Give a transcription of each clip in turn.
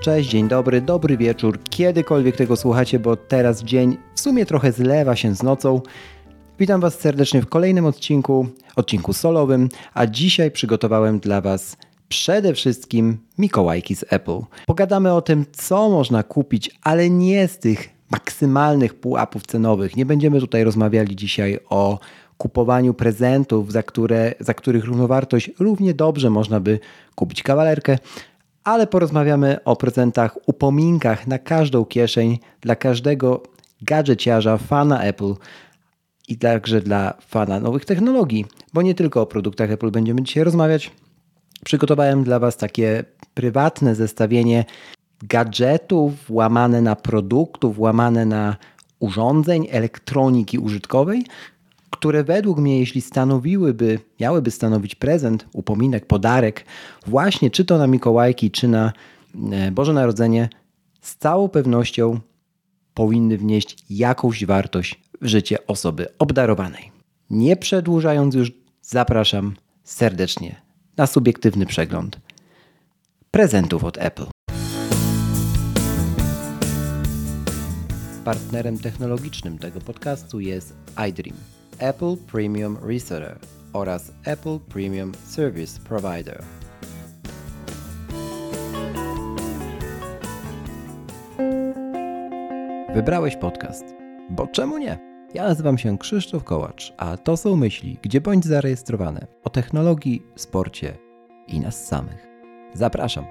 Cześć, dzień dobry, dobry wieczór, kiedykolwiek tego słuchacie, bo teraz dzień w sumie trochę zlewa się z nocą. Witam Was serdecznie w kolejnym odcinku solowym, a dzisiaj przygotowałem dla Was przede wszystkim Mikołajki z Apple. Pogadamy o tym, co można kupić, ale nie z tych maksymalnych pułapów cenowych. Nie będziemy tutaj rozmawiali dzisiaj o kupowaniu prezentów, za których równowartość równie dobrze można by kupić kawalerkę, ale porozmawiamy o prezentach, upominkach na każdą kieszeń dla każdego gadżeciarza, fana Apple i także dla fana nowych technologii, bo nie tylko o produktach Apple będziemy dzisiaj rozmawiać. Przygotowałem dla Was takie prywatne zestawienie gadżetów łamane na produktów, łamane na urządzeń, elektroniki użytkowej, które według mnie, jeśli miałyby stanowić prezent, upominek, podarek, właśnie czy to na Mikołajki, czy na Boże Narodzenie, z całą pewnością powinny wnieść jakąś wartość w życie osoby obdarowanej. Nie przedłużając już, zapraszam serdecznie na subiektywny przegląd prezentów od Apple. Partnerem technologicznym tego podcastu jest iDream, Apple Premium Reseller oraz Apple Premium Service Provider. Wybrałeś podcast, bo czemu nie? Ja nazywam się Krzysztof Kołacz, a to są myśli, gdzie bądź zarejestrowane o technologii, sporcie i nas samych. Zapraszam.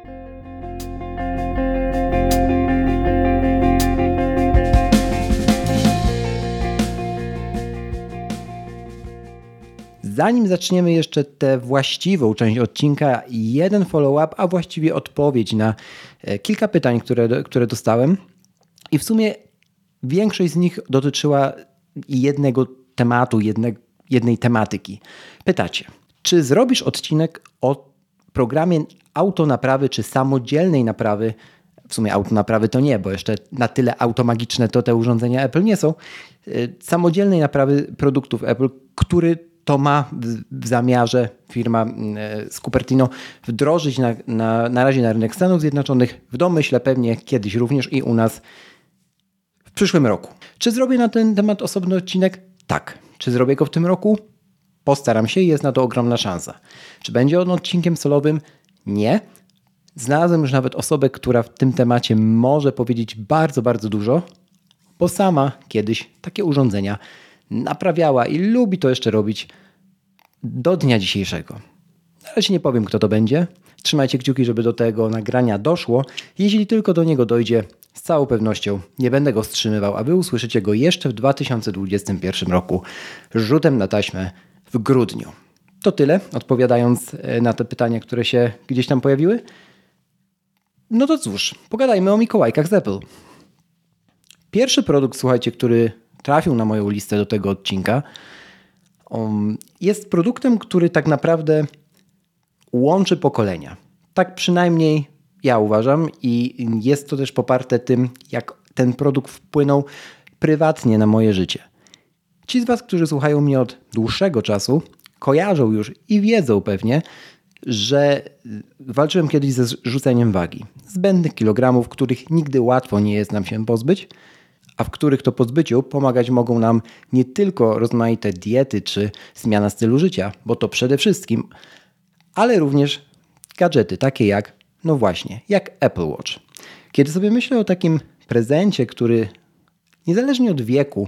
Zanim zaczniemy jeszcze tę właściwą część odcinka, jeden follow-up, a właściwie odpowiedź na kilka pytań, które dostałem. I w sumie większość z nich dotyczyła jednego tematu, jednej tematyki. Pytacie, czy zrobisz odcinek o programie autonaprawy czy samodzielnej naprawy? W sumie autonaprawy to nie, bo jeszcze na tyle automagiczne to te urządzenia Apple nie są. Samodzielnej naprawy produktów Apple, który to ma w zamiarze firma z Cupertino wdrożyć na razie na rynek Stanów Zjednoczonych, w domyśle pewnie kiedyś również i u nas w przyszłym roku. Czy zrobię na ten temat osobny odcinek? Tak. Czy zrobię go w tym roku? Postaram się i jest na to ogromna szansa. Czy będzie on odcinkiem solowym? Nie. Znalazłem już nawet osobę, która w tym temacie może powiedzieć bardzo, bardzo dużo, bo sama kiedyś takie urządzenia naprawiała i lubi to jeszcze robić do dnia dzisiejszego. Na razie nie powiem, kto to będzie. Trzymajcie kciuki, żeby do tego nagrania doszło. Jeśli tylko do niego dojdzie, z całą pewnością nie będę go wstrzymywał, a wy usłyszycie go jeszcze w 2021 roku rzutem na taśmę w grudniu. To tyle, odpowiadając na te pytania, które się gdzieś tam pojawiły. No to cóż, pogadajmy o Mikołajkach z Apple. Pierwszy produkt, słuchajcie, który trafił na moją listę do tego odcinka, jest produktem, który tak naprawdę łączy pokolenia. Tak przynajmniej ja uważam i jest to też poparte tym, jak ten produkt wpłynął prywatnie na moje życie. Ci z Was, którzy słuchają mnie od dłuższego czasu, kojarzą już i wiedzą pewnie, że walczyłem kiedyś ze rzuceniem wagi. Zbędnych kilogramów, których nigdy łatwo nie jest nam się pozbyć, a w których to pozbyciu pomagać mogą nam nie tylko rozmaite diety czy zmiana stylu życia, bo to przede wszystkim, ale również gadżety takie jak, no właśnie, jak Apple Watch. Kiedy sobie myślę o takim prezencie, który niezależnie od wieku,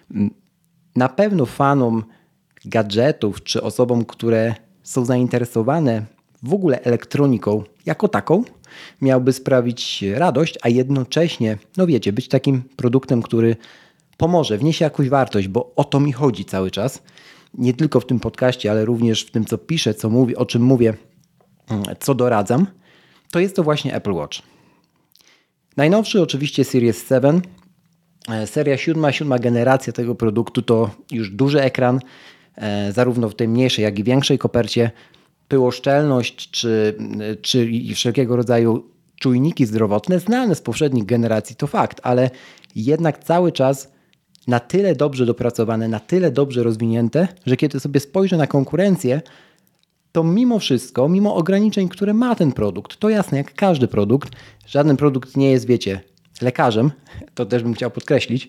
na pewno fanom gadżetów czy osobom, które są zainteresowane w ogóle elektroniką jako taką, miałby sprawić radość, a jednocześnie, no wiecie, być takim produktem, który pomoże, wniesie jakąś wartość, bo o to mi chodzi cały czas. Nie tylko w tym podcaście, ale również w tym, co piszę, co mówię, o czym mówię, co doradzam, to jest to właśnie Apple Watch. Najnowszy oczywiście Series 7, seria 7 generacja tego produktu to już duży ekran, zarówno w tej mniejszej, jak i większej kopercie. Pyłoszczelność czy wszelkiego rodzaju czujniki zdrowotne znane z poprzednich generacji to fakt, ale jednak cały czas na tyle dobrze dopracowane, na tyle dobrze rozwinięte, że kiedy sobie spojrzę na konkurencję, to mimo wszystko, mimo ograniczeń, które ma ten produkt, to jasne, jak każdy produkt, żaden produkt nie jest, wiecie, lekarzem, to też bym chciał podkreślić,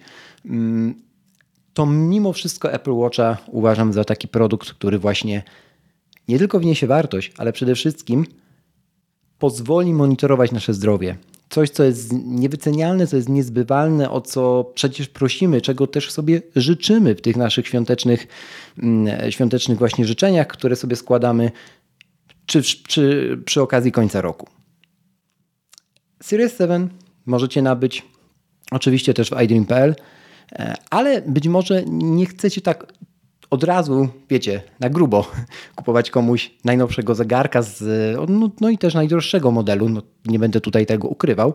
to mimo wszystko Apple Watcha uważam za taki produkt, który właśnie nie tylko wniesie wartość, ale przede wszystkim pozwoli monitorować nasze zdrowie. Coś, co jest niewycenialne, co jest niezbywalne, o co przecież prosimy, czego też sobie życzymy w tych naszych świątecznych właśnie życzeniach, które sobie składamy, czy przy okazji końca roku. Series 7 możecie nabyć oczywiście też w iDream.pl, ale być może nie chcecie tak od razu, wiecie, na grubo kupować komuś najnowszego zegarka no i też najdroższego modelu. No, nie będę tutaj tego ukrywał.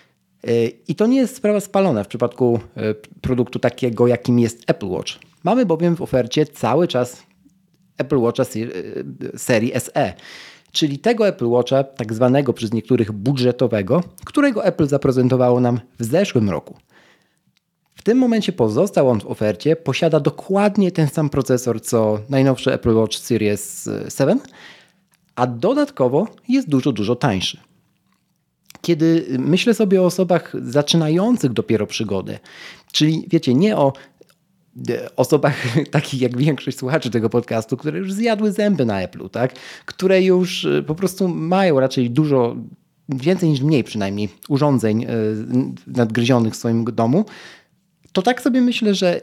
I to nie jest sprawa spalona w przypadku produktu takiego, jakim jest Apple Watch. Mamy bowiem w ofercie cały czas Apple Watcha serii SE, czyli tego Apple Watcha, tak zwanego przez niektórych budżetowego, którego Apple zaprezentowało nam w zeszłym roku. W tym momencie pozostał on w ofercie, posiada dokładnie ten sam procesor co najnowszy Apple Watch Series 7, a dodatkowo jest dużo, dużo tańszy. Kiedy myślę sobie o osobach zaczynających dopiero przygodę, czyli wiecie, nie o osobach takich jak większość słuchaczy tego podcastu, które już zjadły zęby na Apple'u, tak? Które już po prostu mają raczej dużo, więcej niż mniej przynajmniej, urządzeń nadgryzionych w swoim domu, to tak sobie myślę, że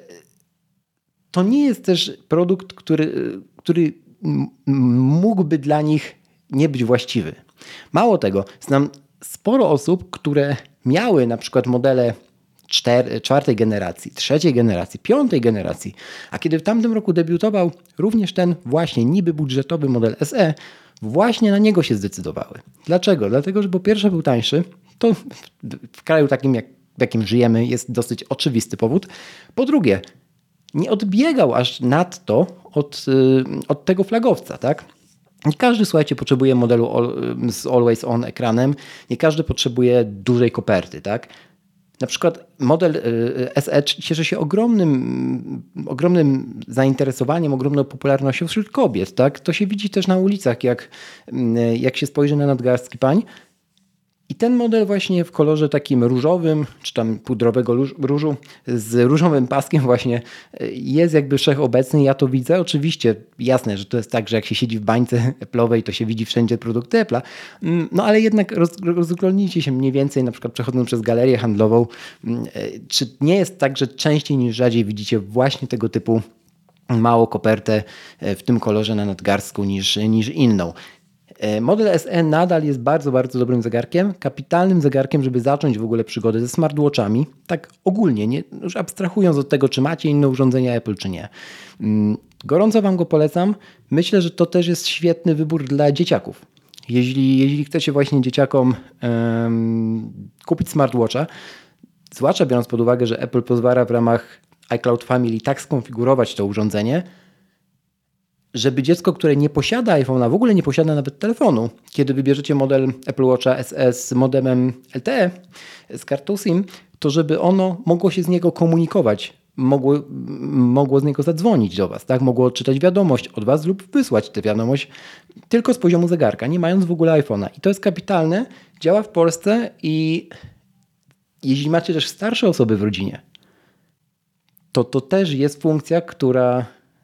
to nie jest też produkt, który mógłby dla nich nie być właściwy. Mało tego, znam sporo osób, które miały na przykład modele czwartej generacji, trzeciej generacji, piątej generacji, a kiedy w tamtym roku debiutował również ten właśnie niby budżetowy model SE, właśnie na niego się zdecydowały. Dlaczego? Dlatego, że po pierwsze był tańszy, to w kraju takim w jakim żyjemy jest dosyć oczywisty powód. Po drugie, nie odbiegał aż nadto od tego flagowca, tak? Nie każdy, słuchajcie, potrzebuje modelu z Always On ekranem, nie każdy potrzebuje dużej koperty, tak? Na przykład model SE cieszy się ogromnym zainteresowaniem, ogromną popularnością wśród kobiet, tak? To się widzi też na ulicach, jak się spojrzy na nadgarstki pań. I ten model właśnie w kolorze takim różowym, czy tam pudrowego różu, z różowym paskiem właśnie jest jakby wszechobecny. Ja to widzę. Oczywiście jasne, że to jest tak, że jak się siedzi w bańce Apple'owej, to się widzi wszędzie produkty Apple'a. No ale jednak rozglądnijcie się mniej więcej, na przykład przechodząc przez galerię handlową. Czy nie jest tak, że częściej niż rzadziej widzicie właśnie tego typu małą kopertę w tym kolorze na nadgarstku niż inną? Model SE nadal jest bardzo, bardzo dobrym zegarkiem, kapitalnym zegarkiem, żeby zacząć w ogóle przygodę ze smartwatchami, tak ogólnie, nie, już abstrahując od tego, czy macie inne urządzenia Apple, czy nie. Gorąco Wam go polecam. Myślę, że to też jest świetny wybór dla dzieciaków. Jeśli chcecie właśnie dzieciakom kupić smartwatcha, zwłaszcza biorąc pod uwagę, że Apple pozwala w ramach iCloud Family tak skonfigurować to urządzenie, żeby dziecko, które nie posiada iPhone'a, w ogóle nie posiada nawet telefonu, kiedy wybierzecie model Apple Watcha SE z modemem LTE, z kartą SIM, to żeby ono mogło się z niego komunikować, mogło z niego zadzwonić do Was, tak? Mogło odczytać wiadomość od Was lub wysłać tę wiadomość tylko z poziomu zegarka, nie mając w ogóle iPhone'a. I to jest kapitalne, działa w Polsce i jeśli macie też starsze osoby w rodzinie, to też jest funkcja, która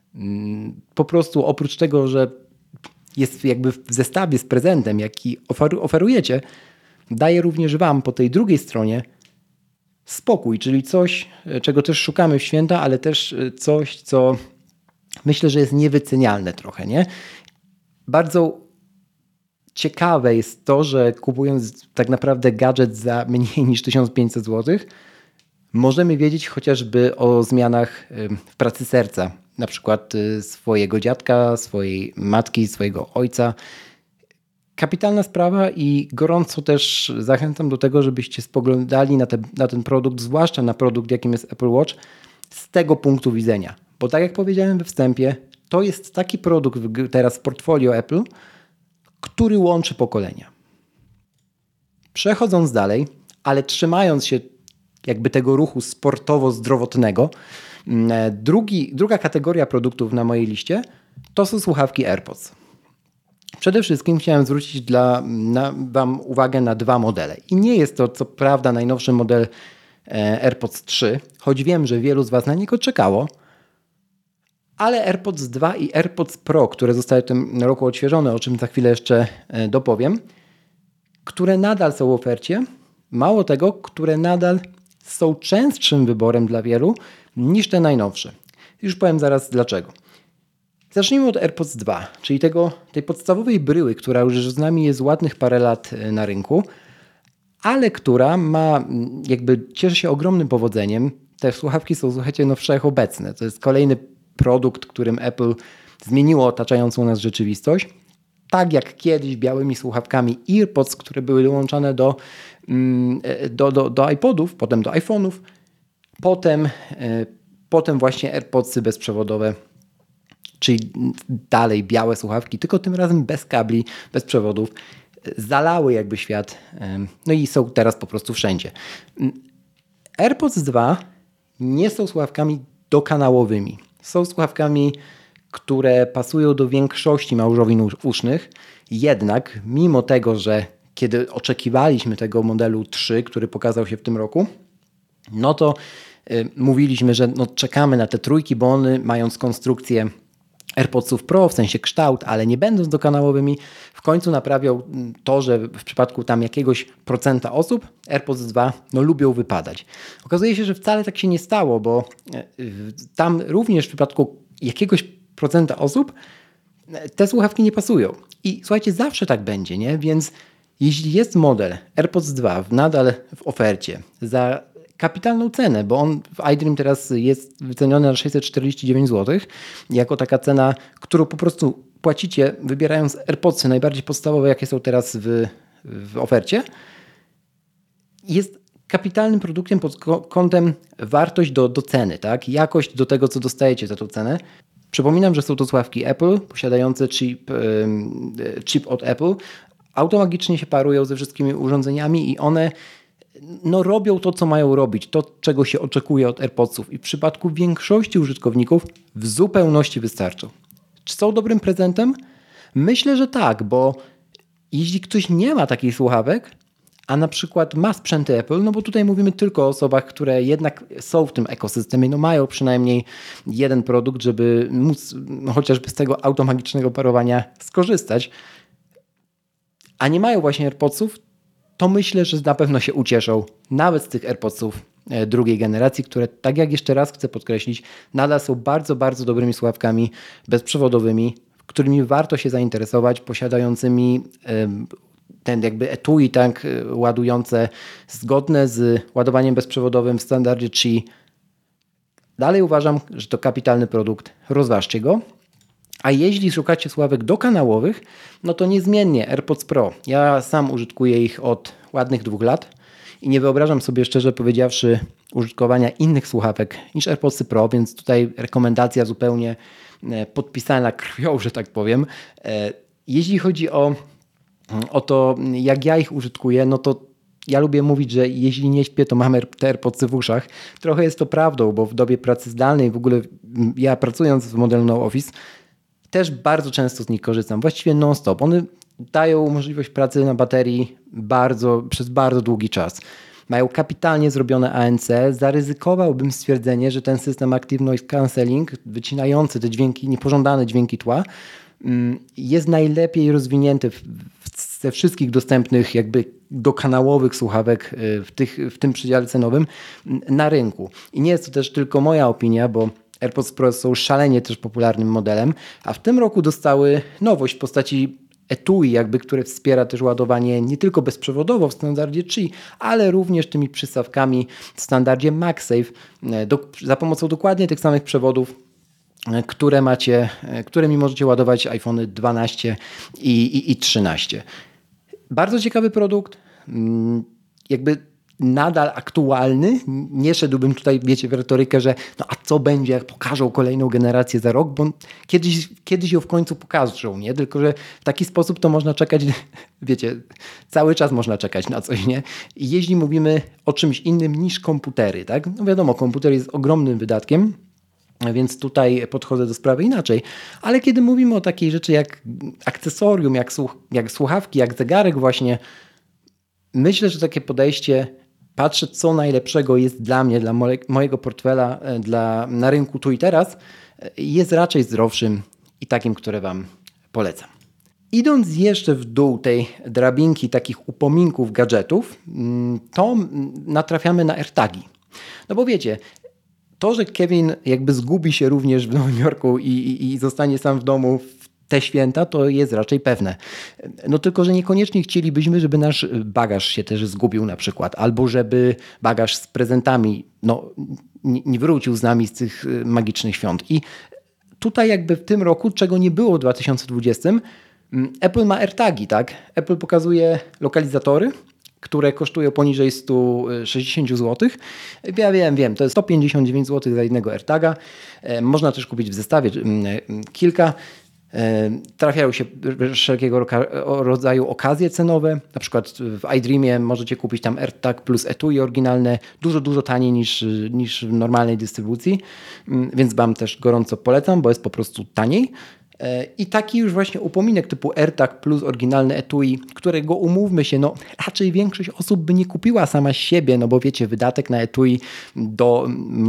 po prostu oprócz tego, że jest jakby w zestawie z prezentem, jaki oferujecie, daje również Wam po tej drugiej stronie spokój, czyli coś, czego też szukamy w święta, ale też coś, co myślę, że jest niewycenialne trochę, nie? Bardzo ciekawe jest to, że kupując tak naprawdę gadżet za mniej niż 1500 zł, możemy wiedzieć chociażby o zmianach w pracy serca, na przykład swojego dziadka, swojej matki, swojego ojca. Kapitalna sprawa i gorąco też zachęcam do tego, żebyście spoglądali na ten produkt, zwłaszcza na produkt, jakim jest Apple Watch, z tego punktu widzenia. Bo tak jak powiedziałem we wstępie, to jest taki produkt teraz w portfolio Apple, który łączy pokolenia. Przechodząc dalej, ale trzymając się jakby tego ruchu sportowo-zdrowotnego, druga kategoria produktów na mojej liście to są słuchawki AirPods. Przede wszystkim chciałem zwrócić Wam uwagę na 2 modele. I nie jest to co prawda najnowszy model AirPods 3, choć wiem, że wielu z Was na niego czekało, ale AirPods 2 i AirPods Pro, które zostały w tym roku odświeżone, o czym za chwilę jeszcze dopowiem, które nadal są w ofercie, mało tego, które nadal są częstszym wyborem dla wielu niż te najnowsze. Już powiem zaraz dlaczego. Zacznijmy od AirPods 2, czyli tej podstawowej bryły, która już z nami jest ładnych parę lat na rynku, ale która cieszy się ogromnym powodzeniem. Te słuchawki są, słuchajcie, wszechobecne. To jest kolejny produkt, którym Apple zmieniło otaczającą nas rzeczywistość. Tak jak kiedyś białymi słuchawkami AirPods, które były dołączane do iPodów, potem do iPhone'ów, potem właśnie AirPodsy bezprzewodowe, czyli dalej białe słuchawki, tylko tym razem bez kabli, bez przewodów, zalały świat, no i są teraz po prostu wszędzie. AirPods 2 nie są słuchawkami dokanałowymi. Są słuchawkami, które pasują do większości małżowin usznych, jednak mimo tego, że kiedy oczekiwaliśmy tego modelu 3, który pokazał się w tym roku, no to mówiliśmy, że czekamy na te trójki, bo one mając konstrukcję AirPodsów Pro, w sensie kształt, ale nie będąc dokanałowymi, w końcu naprawią to, że w przypadku tam jakiegoś procenta osób AirPods 2 lubią wypadać. Okazuje się, że wcale tak się nie stało, bo tam również w przypadku jakiegoś procenta osób te słuchawki nie pasują. I słuchajcie, zawsze tak będzie, nie? Więc jeśli jest model AirPods 2 nadal w ofercie za kapitalną cenę, bo on w iDream teraz jest wyceniony na 649 zł, jako taka cena, którą po prostu płacicie, wybierając AirPodsy najbardziej podstawowe, jakie są teraz w ofercie, jest kapitalnym produktem pod kątem wartość do ceny, tak? Jakość do tego, co dostajecie za tą cenę. Przypominam, że są to słuchawki Apple, posiadające chip od Apple. Automagicznie się parują ze wszystkimi urządzeniami i one robią to, co mają robić, to, czego się oczekuje od AirPodsów i w przypadku większości użytkowników w zupełności wystarczą. Czy są dobrym prezentem? Myślę, że tak, bo jeśli ktoś nie ma takich słuchawek, a na przykład ma sprzęty Apple, bo tutaj mówimy tylko o osobach, które jednak są w tym ekosystemie, mają przynajmniej jeden produkt, żeby móc chociażby z tego automagicznego parowania skorzystać, a nie mają właśnie AirPodsów, to myślę, że na pewno się ucieszą nawet z tych AirPodsów drugiej generacji, które, tak jak jeszcze raz chcę podkreślić, nadal są bardzo, bardzo dobrymi słuchawkami bezprzewodowymi, którymi warto się zainteresować, posiadającymi ten etui tak ładujące, zgodne z ładowaniem bezprzewodowym w standardzie Qi. Dalej uważam, że to kapitalny produkt, rozważcie go. A jeśli szukacie słuchawek dokanałowych, to niezmiennie AirPods Pro. Ja sam użytkuję ich od ładnych 2 lat i nie wyobrażam sobie, szczerze powiedziawszy, użytkowania innych słuchawek niż AirPodsy Pro, więc tutaj rekomendacja zupełnie podpisana krwią, że tak powiem. Jeśli chodzi o to, jak ja ich użytkuję, to ja lubię mówić, że jeśli nie śpię, to mam te AirPodsy w uszach. Trochę jest to prawdą, bo w dobie pracy zdalnej, w ogóle ja pracując w modelu No Office, też bardzo często z nich korzystam, właściwie non-stop. One dają możliwość pracy na baterii przez bardzo długi czas. Mają kapitalnie zrobione ANC. Zaryzykowałbym stwierdzenie, że ten system Active Noise Cancelling, wycinający te dźwięki, niepożądane dźwięki tła, jest najlepiej rozwinięty ze wszystkich dostępnych dokanałowych słuchawek w tym przedziale cenowym na rynku. I nie jest to też tylko moja opinia, bo AirPods Pro są szalenie też popularnym modelem, a w tym roku dostały nowość w postaci etui, które wspiera też ładowanie nie tylko bezprzewodowo w standardzie Qi, ale również tymi przystawkami w standardzie MagSafe za pomocą dokładnie tych samych przewodów, którymi możecie ładować iPhony 12 i 13. Bardzo ciekawy produkt, nadal aktualny. Nie szedłbym tutaj, wiecie, w retorykę, że a co będzie, jak pokażą kolejną generację za rok, bo kiedyś ją w końcu pokażą, nie? Tylko że w taki sposób to można czekać, wiecie, cały czas można czekać na coś, nie? I jeśli mówimy o czymś innym niż komputery, tak? Wiadomo, komputer jest ogromnym wydatkiem, Więc tutaj podchodzę do sprawy inaczej. Ale kiedy mówimy o takiej rzeczy jak akcesorium, jak słuchawki, jak zegarek właśnie, myślę, że takie podejście, patrzę co najlepszego jest dla mnie, dla mojego portfela, na rynku tu i teraz, jest raczej zdrowszym i takim, które Wam polecam. Idąc jeszcze w dół tej drabinki takich upominków, gadżetów, to natrafiamy na AirTagi. No bo wiecie, to, że Kevin jakby zgubi się również w Nowym Jorku i zostanie sam w domu w te święta, to jest raczej pewne. No tylko, że niekoniecznie chcielibyśmy, żeby nasz bagaż się też zgubił na przykład, albo żeby bagaż z prezentami nie wrócił z nami z tych magicznych świąt. I tutaj jakby w tym roku, czego nie było w 2020, Apple ma AirTagi, tak? Apple pokazuje lokalizatory, które kosztują poniżej 160 zł. Ja wiem, to jest 159 zł za jednego AirTaga. Można też kupić w zestawie kilka. Trafiają się wszelkiego rodzaju okazje cenowe. Na przykład w iDreamie możecie kupić tam AirTag plus etui oryginalne dużo taniej niż w normalnej dystrybucji. Więc Wam też gorąco polecam, bo jest po prostu taniej. I taki już właśnie upominek typu AirTag plus oryginalny etui, którego umówmy się, raczej większość osób by nie kupiła sama z siebie, bo wiecie, wydatek na etui do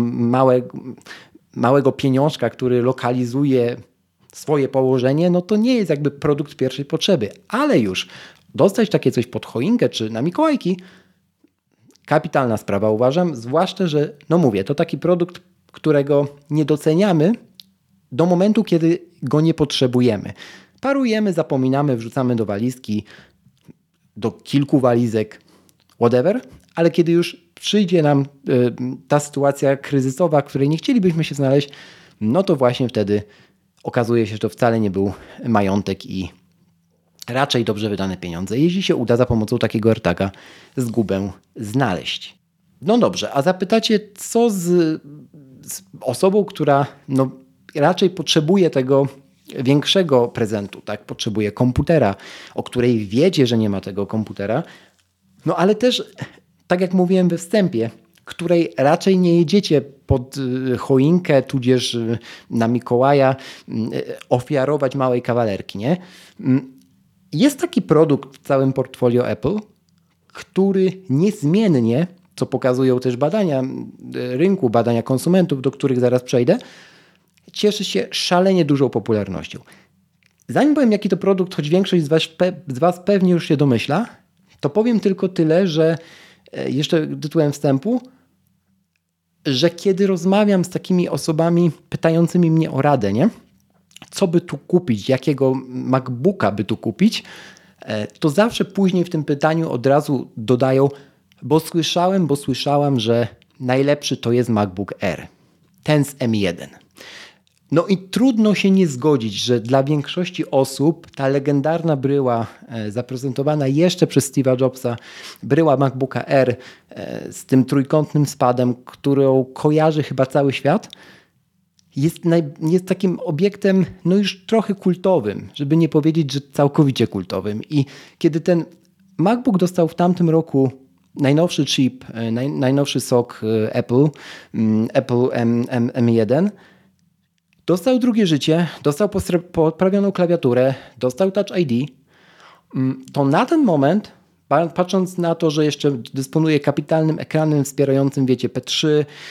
małego pieniążka, który lokalizuje swoje położenie, to nie jest jakby produkt pierwszej potrzeby. Ale już dostać takie coś pod choinkę czy na Mikołajki, kapitalna sprawa uważam, zwłaszcza, że mówię, to taki produkt, którego nie doceniamy do momentu, kiedy go nie potrzebujemy. Parujemy, zapominamy, wrzucamy do walizki, do kilku walizek, whatever, ale kiedy już przyjdzie nam ta sytuacja kryzysowa, w której nie chcielibyśmy się znaleźć, to właśnie wtedy okazuje się, że to wcale nie był majątek i raczej dobrze wydane pieniądze, jeśli się uda za pomocą takiego AirTaga zgubę znaleźć. No dobrze, a zapytacie, co z osobą, która raczej potrzebuje tego większego prezentu, tak? Potrzebuje komputera, o której wiecie, że nie ma tego komputera, ale też, tak jak mówiłem we wstępie, której raczej nie jedziecie pod choinkę, tudzież na Mikołaja ofiarować małej kawalerki, nie? Jest taki produkt w całym portfolio Apple, który niezmiennie, co pokazują też badania rynku, badania konsumentów, do których zaraz przejdę, cieszy się szalenie dużą popularnością. Zanim powiem, jaki to produkt, choć większość z Was pewnie już się domyśla, to powiem tylko tyle, że jeszcze tytułem wstępu, że kiedy rozmawiam z takimi osobami pytającymi mnie o radę, nie? Co by tu kupić, jakiego MacBooka by tu kupić, to zawsze później w tym pytaniu od razu dodają, bo słyszałam, że najlepszy to jest MacBook Air, ten z M1. I trudno się nie zgodzić, że dla większości osób ta legendarna bryła zaprezentowana jeszcze przez Steve'a Jobsa, bryła MacBooka Air z tym trójkątnym spadem, którą kojarzy chyba cały świat, jest takim obiektem już trochę kultowym, żeby nie powiedzieć, że całkowicie kultowym. I kiedy ten MacBook dostał w tamtym roku najnowszy chip, najnowszy sok Apple M1, dostał drugie życie, dostał poprawioną klawiaturę, dostał Touch ID, to na ten moment, patrząc na to, że jeszcze dysponuje kapitalnym ekranem wspierającym, wiecie, P3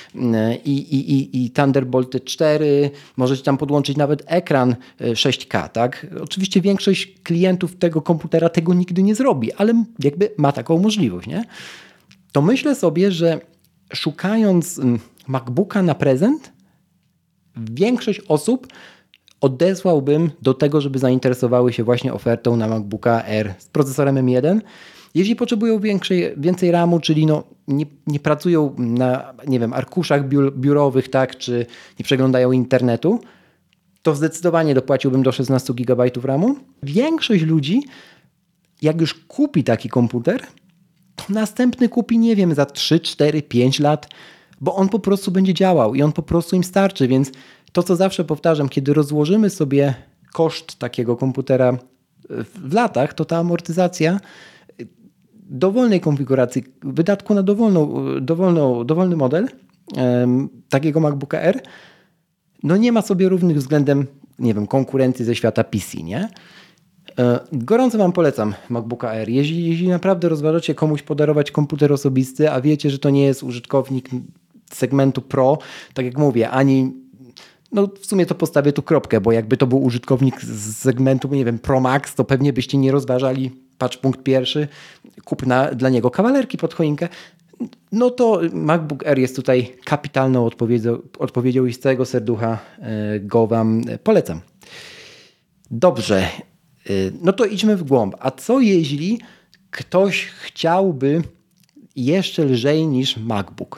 i Thunderbolt 4, możecie tam podłączyć nawet ekran 6K, tak? Oczywiście większość klientów tego komputera tego nigdy nie zrobi, ale jakby ma taką możliwość, nie? To myślę sobie, że szukając MacBooka na prezent, większość osób odesłałbym do tego, żeby zainteresowały się właśnie ofertą na MacBooka Air z procesorem M1. Jeśli potrzebują więcej RAMu, czyli nie pracują na, arkuszach biurowych, tak, czy nie przeglądają internetu, to zdecydowanie dopłaciłbym do 16 GB RAMu. Większość ludzi, jak już kupi taki komputer, to następny kupi, za 3, 4, 5 lat, bo on po prostu będzie działał i on po prostu im starczy, więc to, co zawsze powtarzam, kiedy rozłożymy sobie koszt takiego komputera w latach, to ta amortyzacja dowolnej konfiguracji, wydatku na dowolny model takiego MacBooka Air no nie ma sobie równych względem, nie wiem, konkurencji ze świata PC, nie? Gorąco wam polecam MacBooka Air. Jeśli naprawdę rozważacie komuś podarować komputer osobisty, a wiecie, że to nie jest użytkownik segmentu Pro, tak jak mówię, ani, no w sumie to postawię tu kropkę, bo jakby to był użytkownik z segmentu, nie wiem, Pro Max, to pewnie byście nie rozważali, patrz punkt pierwszy, kupna dla niego kawalerki pod choinkę. No to MacBook Air jest tutaj kapitalną odpowiedzią i z całego serducha go wam polecam. Dobrze, no to idźmy w głąb. A co jeśli ktoś chciałby jeszcze lżej niż MacBook?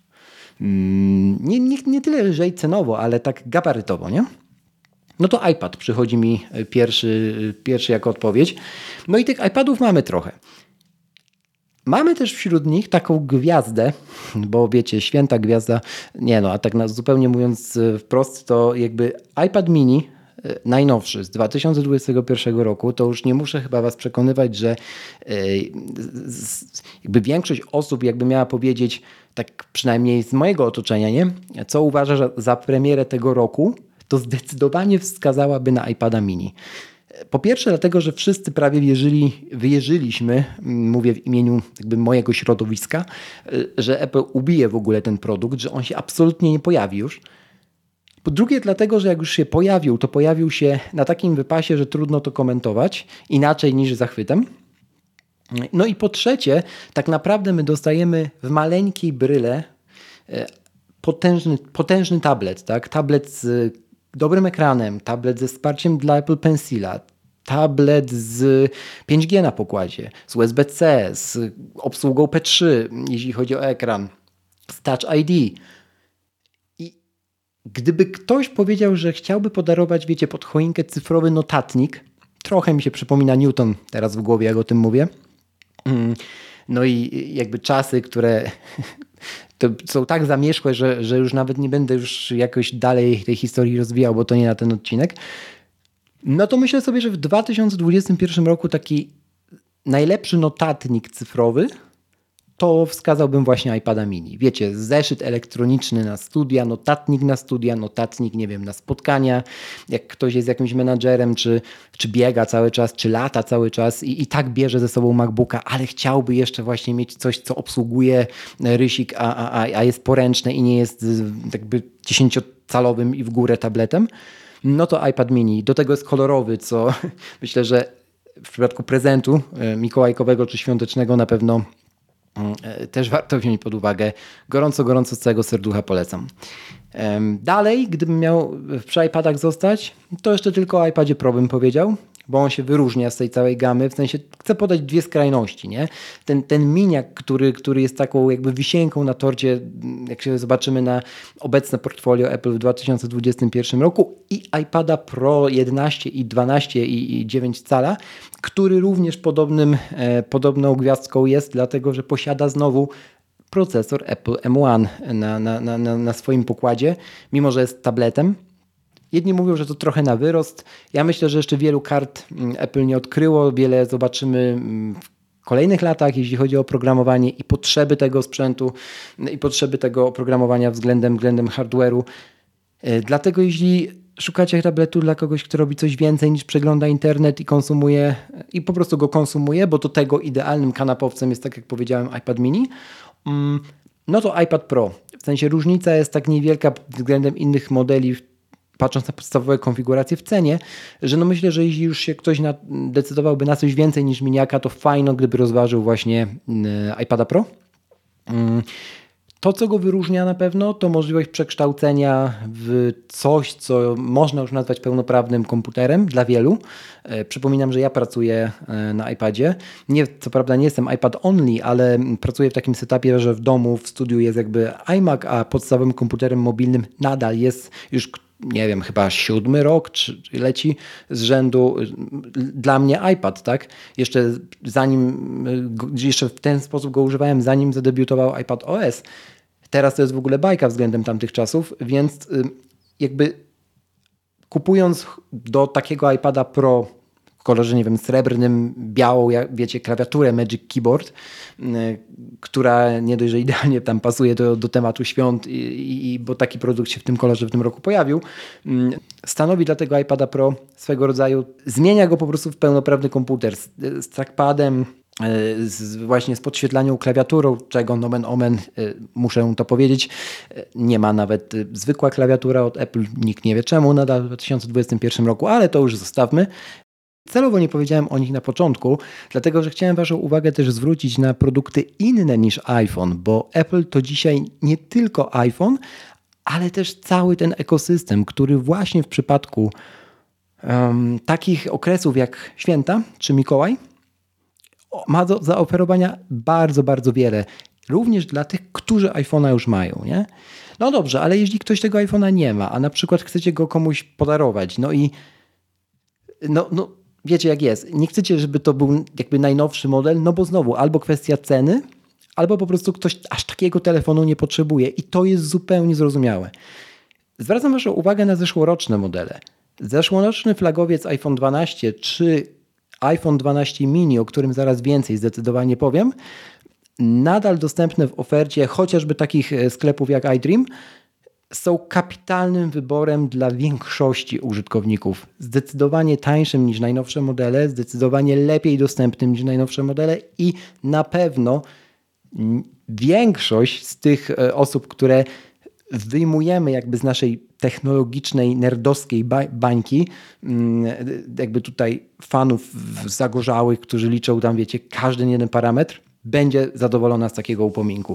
Nie tyle lżej cenowo, ale tak gabarytowo, nie? No to iPad przychodzi mi pierwszy jako odpowiedź. No i tych iPadów mamy trochę. Mamy też wśród nich taką gwiazdę, bo wiecie, święta gwiazda, nie no, a tak zupełnie mówiąc wprost, to jakby iPad mini najnowszy z 2021 roku, to już nie muszę chyba was przekonywać, że jakby większość osób jakby miała powiedzieć, tak przynajmniej z mojego otoczenia, nie, co uważa za premierę tego roku, to zdecydowanie wskazałaby na iPada mini. Po pierwsze dlatego, że wszyscy prawie wyjeżyliśmy, mówię w imieniu jakby mojego środowiska, że Apple ubije w ogóle ten produkt, że on się absolutnie nie pojawi już. Po drugie dlatego, że jak już się pojawił, to pojawił się na takim wypasie, że trudno to komentować inaczej niż zachwytem. No i po trzecie, tak naprawdę my dostajemy w maleńkiej bryle potężny tablet, tak? Tablet z dobrym ekranem, tablet ze wsparciem dla Apple Pencila, tablet z 5G na pokładzie, z USB-C, z obsługą P3, jeśli chodzi o ekran, z Touch ID. I gdyby ktoś powiedział, że chciałby podarować, wiecie, pod choinkę cyfrowy notatnik, trochę mi się przypomina Newton teraz w głowie, jak o tym mówię. No i jakby czasy, które to są tak zamierzchłe, że już nawet nie będę już jakoś dalej tej historii rozwijał, bo to nie na ten odcinek. No to myślę sobie, że w 2021 roku taki najlepszy notatnik cyfrowy to wskazałbym właśnie iPada mini. Wiecie, zeszyt elektroniczny na studia, notatnik, nie wiem, na spotkania, jak ktoś jest jakimś menadżerem, czy biega cały czas, czy lata cały czas i tak bierze ze sobą MacBooka, ale chciałby jeszcze właśnie mieć coś, co obsługuje rysik, a jest poręczne i nie jest jakby 10-calowym i w górę tabletem, no to iPad mini. Do tego jest kolorowy, co myślę, że w przypadku prezentu mikołajkowego czy świątecznego na pewno też warto wziąć pod uwagę. Gorąco z całego serducha polecam. Dalej, gdybym miał przy iPadach zostać, to jeszcze tylko o iPadzie Pro bym powiedział, bo on się wyróżnia z tej całej gamy, w sensie chcę podać dwie skrajności, nie? Ten miniak, który jest taką jakby wisienką na torcie, jak się zobaczymy na obecne portfolio Apple w 2021 roku i iPada Pro 11 i 12 i 9 cala, który również podobną gwiazdką jest, dlatego że posiada znowu procesor Apple M1 na swoim pokładzie, mimo że jest tabletem. Jedni mówią, że to trochę na wyrost. Ja myślę, że jeszcze wielu kart Apple nie odkryło. Wiele zobaczymy w kolejnych latach, jeśli chodzi o oprogramowanie i potrzeby tego sprzętu i potrzeby tego oprogramowania względem hardware'u. Dlatego jeśli szukacie tabletu dla kogoś, kto robi coś więcej niż przegląda internet i konsumuje i po prostu go konsumuje, bo do tego idealnym kanapowcem jest, tak jak powiedziałem, iPad mini, no to iPad Pro. W sensie różnica jest tak niewielka względem innych modeli, patrząc na podstawowe konfiguracje w cenie, że no myślę, że jeśli już się ktoś decydowałby na coś więcej niż miniaka, to fajno, gdyby rozważył właśnie iPada Pro. To, co go wyróżnia na pewno, to możliwość przekształcenia w coś, co można już nazwać pełnoprawnym komputerem dla wielu. Przypominam, że ja pracuję na iPadzie. Co prawda nie jestem iPad only, ale pracuję w takim setupie, że w domu, w studiu jest jakby iMac, a podstawowym komputerem mobilnym nadal jest już, nie wiem, chyba 7 rok czy leci z rzędu dla mnie iPad, tak? Jeszcze w ten sposób go używałem, zanim zadebiutował iPad OS. Teraz to jest w ogóle bajka względem tamtych czasów, więc jakby kupując do takiego iPada Pro w kolorze, nie wiem, srebrnym, białą, jak wiecie, klawiaturę Magic Keyboard, która nie dość, że idealnie tam pasuje do tematu świąt, bo taki produkt się w tym kolorze w tym roku pojawił, stanowi dla tego iPada Pro swego rodzaju, zmienia go po prostu w pełnoprawny komputer z trackpadem, właśnie z podświetlaniem klawiaturą, czego nomen omen, muszę to powiedzieć, nie ma nawet zwykła klawiatura od Apple, nikt nie wie czemu nadal w 2021 roku, ale to już zostawmy. Celowo nie powiedziałem o nich na początku, dlatego że chciałem waszą uwagę też zwrócić na produkty inne niż iPhone, bo Apple to dzisiaj nie tylko iPhone, ale też cały ten ekosystem, który właśnie w przypadku takich okresów jak święta czy Mikołaj ma do zaoferowania bardzo, bardzo wiele. Również dla tych, którzy iPhone'a już mają, nie? No dobrze, ale jeśli ktoś tego iPhone'a nie ma, a na przykład chcecie go komuś podarować, no wiecie jak jest. Nie chcecie, żeby to był jakby najnowszy model, no bo znowu albo kwestia ceny, albo po prostu ktoś aż takiego telefonu nie potrzebuje i to jest zupełnie zrozumiałe. Zwracam waszą uwagę na zeszłoroczne modele. Zeszłoroczny flagowiec iPhone 12 czy iPhone 12 mini, o którym zaraz więcej zdecydowanie powiem, nadal dostępne w ofercie chociażby takich sklepów jak iDream, są kapitalnym wyborem dla większości użytkowników. Zdecydowanie tańszym niż najnowsze modele, zdecydowanie lepiej dostępnym niż najnowsze modele i na pewno większość z tych osób, które wyjmujemy jakby z naszej technologicznej, nerdowskiej bańki, jakby tutaj fanów zagorzałych, którzy liczą tam, wiecie, każdy jeden parametr, będzie zadowolona z takiego upominku.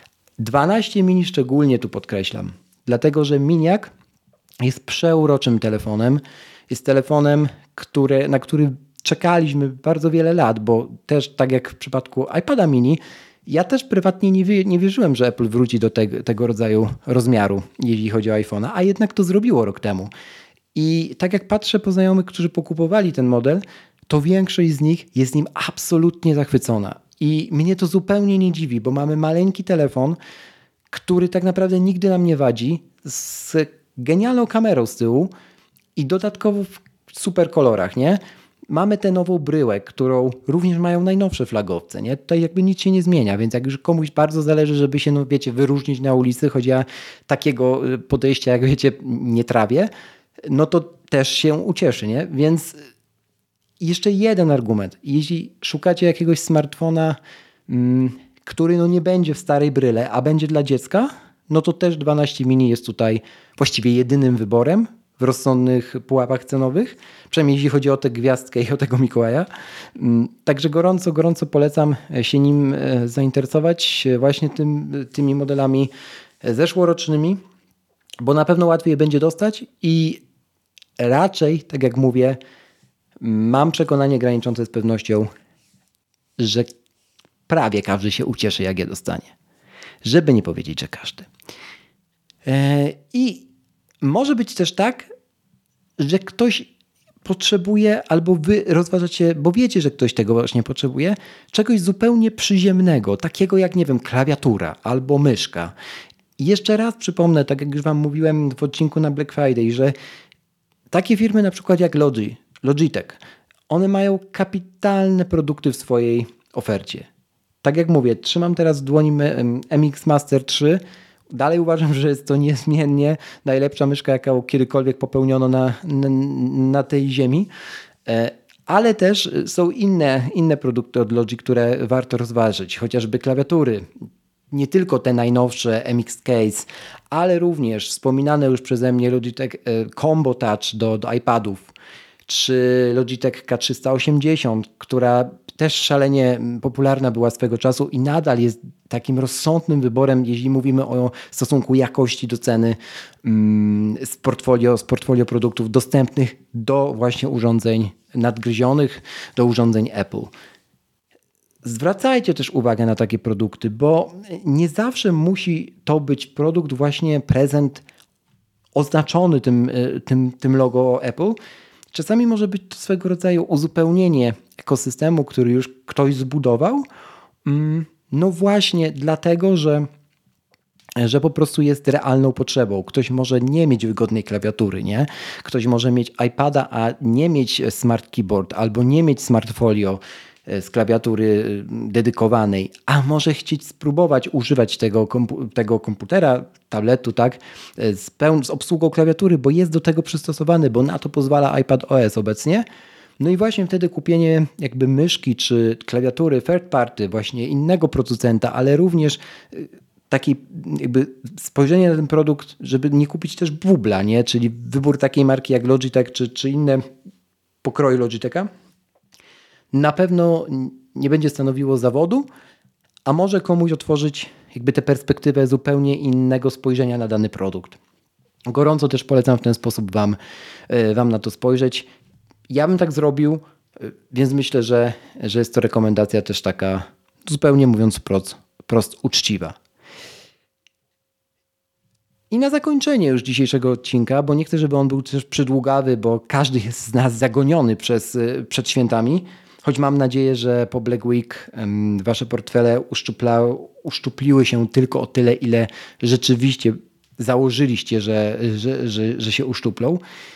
12 mini szczególnie tu podkreślam, dlatego że miniak jest przeuroczym telefonem. Jest telefonem, na który czekaliśmy bardzo wiele lat, bo też tak jak w przypadku iPada mini, ja też prywatnie nie wierzyłem, że Apple wróci do tego rodzaju rozmiaru, jeśli chodzi o iPhone'a, a jednak to zrobiło rok temu. I tak jak patrzę po znajomych, którzy pokupowali ten model, to większość z nich jest nim absolutnie zachwycona. I mnie to zupełnie nie dziwi, bo mamy maleńki telefon, który tak naprawdę nigdy nam nie wadzi, z genialną kamerą z tyłu i dodatkowo w super kolorach, nie? Mamy tę nową bryłę, którą również mają najnowsze flagowce, nie? Tutaj jakby nic się nie zmienia, więc jak już komuś bardzo zależy, żeby się, no wiecie, wyróżnić na ulicy, choć ja takiego podejścia, jak wiecie, nie trawię, no to też się ucieszy, nie? Więc jeszcze jeden argument. Jeśli szukacie jakiegoś smartfona, który no nie będzie w starej bryle, a będzie dla dziecka, no to też 12 mini jest tutaj właściwie jedynym wyborem w rozsądnych pułapach cenowych, przynajmniej jeśli chodzi o tę gwiazdkę i o tego Mikołaja. Także gorąco polecam się nim zainteresować, właśnie tymi modelami zeszłorocznymi, bo na pewno łatwiej je będzie dostać i raczej, tak jak mówię, mam przekonanie graniczące z pewnością, że prawie każdy się ucieszy, jak je dostanie. Żeby nie powiedzieć, że każdy. I może być też tak, że ktoś potrzebuje, albo wy rozważacie, bo wiecie, że ktoś tego właśnie potrzebuje, czegoś zupełnie przyziemnego, takiego jak, nie wiem, klawiatura albo myszka. I jeszcze raz przypomnę, tak jak już wam mówiłem w odcinku na Black Friday, że takie firmy na przykład jak Logitech, one mają kapitalne produkty w swojej ofercie. Tak jak mówię, trzymam teraz w dłoni MX Master 3. Dalej uważam, że jest to niezmiennie najlepsza myszka, jaką kiedykolwiek popełniono na tej ziemi. Ale też są inne produkty od Logi, które warto rozważyć. Chociażby klawiatury. Nie tylko te najnowsze MX Case, ale również wspominane już przeze mnie Logitech Combo Touch do iPadów. Czy Logitech K380, która też szalenie popularna była swego czasu i nadal jest takim rozsądnym wyborem, jeśli mówimy o stosunku jakości do ceny z portfolio produktów dostępnych do właśnie urządzeń nadgryzionych, do urządzeń Apple. Zwracajcie też uwagę na takie produkty, bo nie zawsze musi to być produkt, właśnie prezent oznaczony tym logo Apple. Czasami może być to swego rodzaju uzupełnienie ekosystemu, który już ktoś zbudował. No właśnie dlatego, że że po prostu jest realną potrzebą. Ktoś może nie mieć wygodnej klawiatury, nie? Ktoś może mieć iPada, a nie mieć smart keyboard albo nie mieć smart folio z klawiatury dedykowanej, a może chcieć spróbować używać tego komputera, tabletu, tak, z obsługą klawiatury, bo jest do tego przystosowany, bo na to pozwala iPadOS obecnie. No i właśnie wtedy kupienie jakby myszki czy klawiatury third party, właśnie innego producenta, ale również takie jakby spojrzenie na ten produkt, żeby nie kupić też bubla, nie? Czyli wybór takiej marki jak Logitech czy inne pokroje Logitecha, na pewno nie będzie stanowiło zawodu, a może komuś otworzyć jakby tę perspektywę zupełnie innego spojrzenia na dany produkt. Gorąco też polecam w ten sposób Wam na to spojrzeć. Ja bym tak zrobił, więc myślę, że jest to rekomendacja też taka, zupełnie mówiąc prost uczciwa. I na zakończenie już dzisiejszego odcinka, bo nie chcę, żeby on był też przydługawy, bo każdy jest z nas zagoniony przed świętami, choć mam nadzieję, że po Black Week wasze portfele uszczupliły się tylko o tyle, ile rzeczywiście założyliście, że się uszczuplą.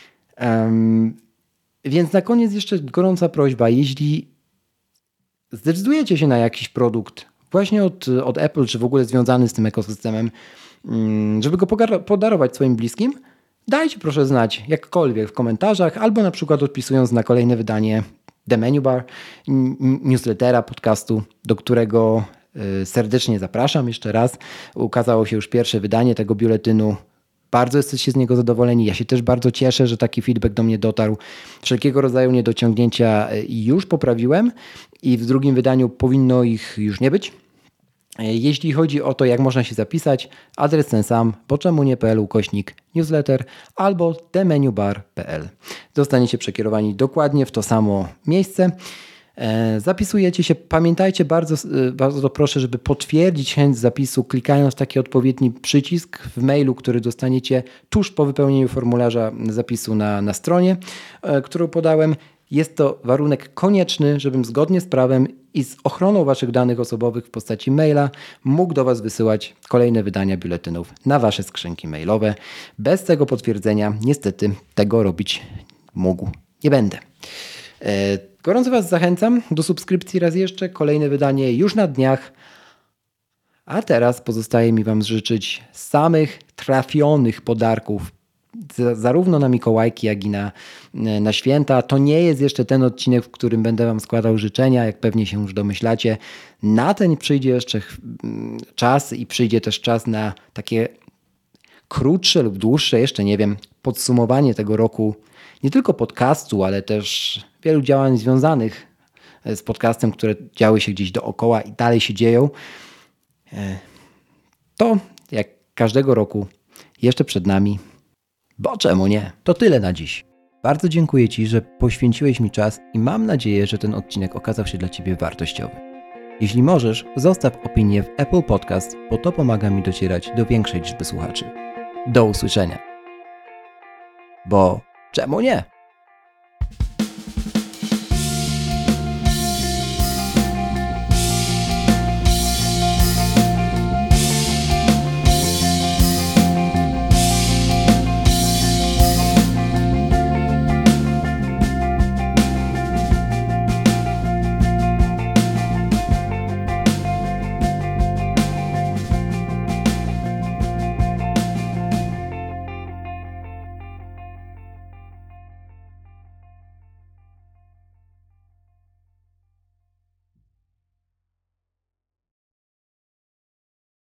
Więc na koniec jeszcze gorąca prośba, jeśli zdecydujecie się na jakiś produkt właśnie od Apple, czy w ogóle związany z tym ekosystemem, żeby go podarować swoim bliskim, dajcie proszę znać jakkolwiek w komentarzach, albo na przykład odpisując na kolejne wydanie The Menu Bar, newslettera, podcastu, do którego serdecznie zapraszam jeszcze raz. Ukazało się już pierwsze wydanie tego biuletynu. Bardzo jesteście z niego zadowoleni. Ja się też bardzo cieszę, że taki feedback do mnie dotarł. Wszelkiego rodzaju niedociągnięcia już poprawiłem i w drugim wydaniu powinno ich już nie być. Jeśli chodzi o to, jak można się zapisać, adres ten sam, boczemunie.pl/newsletter albo themenubar.pl. Zostaniecie przekierowani dokładnie w to samo miejsce. Zapisujecie się. Pamiętajcie, bardzo proszę, żeby potwierdzić chęć zapisu, klikając taki odpowiedni przycisk w mailu, który dostaniecie tuż po wypełnieniu formularza zapisu na stronie, którą podałem. Jest to warunek konieczny, żebym zgodnie z prawem i z ochroną waszych danych osobowych w postaci maila mógł do was wysyłać kolejne wydania biuletynów na wasze skrzynki mailowe. Bez tego potwierdzenia niestety tego robić nie będę. Gorąco was zachęcam do subskrypcji raz jeszcze. Kolejne wydanie już na dniach. A teraz pozostaje mi wam życzyć samych trafionych podarków zarówno na Mikołajki, jak i na święta. To nie jest jeszcze ten odcinek, w którym będę wam składał życzenia, jak pewnie się już domyślacie. Na ten przyjdzie jeszcze czas i przyjdzie też czas na takie krótsze lub dłuższe, jeszcze nie wiem, podsumowanie tego roku, nie tylko podcastu, ale też wielu działań związanych z podcastem, które działy się gdzieś dookoła i dalej się dzieją. To jak każdego roku jeszcze przed nami. Bo czemu nie? To tyle na dziś. Bardzo dziękuję Ci, że poświęciłeś mi czas i mam nadzieję, że ten odcinek okazał się dla Ciebie wartościowy. Jeśli możesz, zostaw opinię w Apple Podcast, bo to pomaga mi docierać do większej liczby słuchaczy. Do usłyszenia. Bo czemu nie?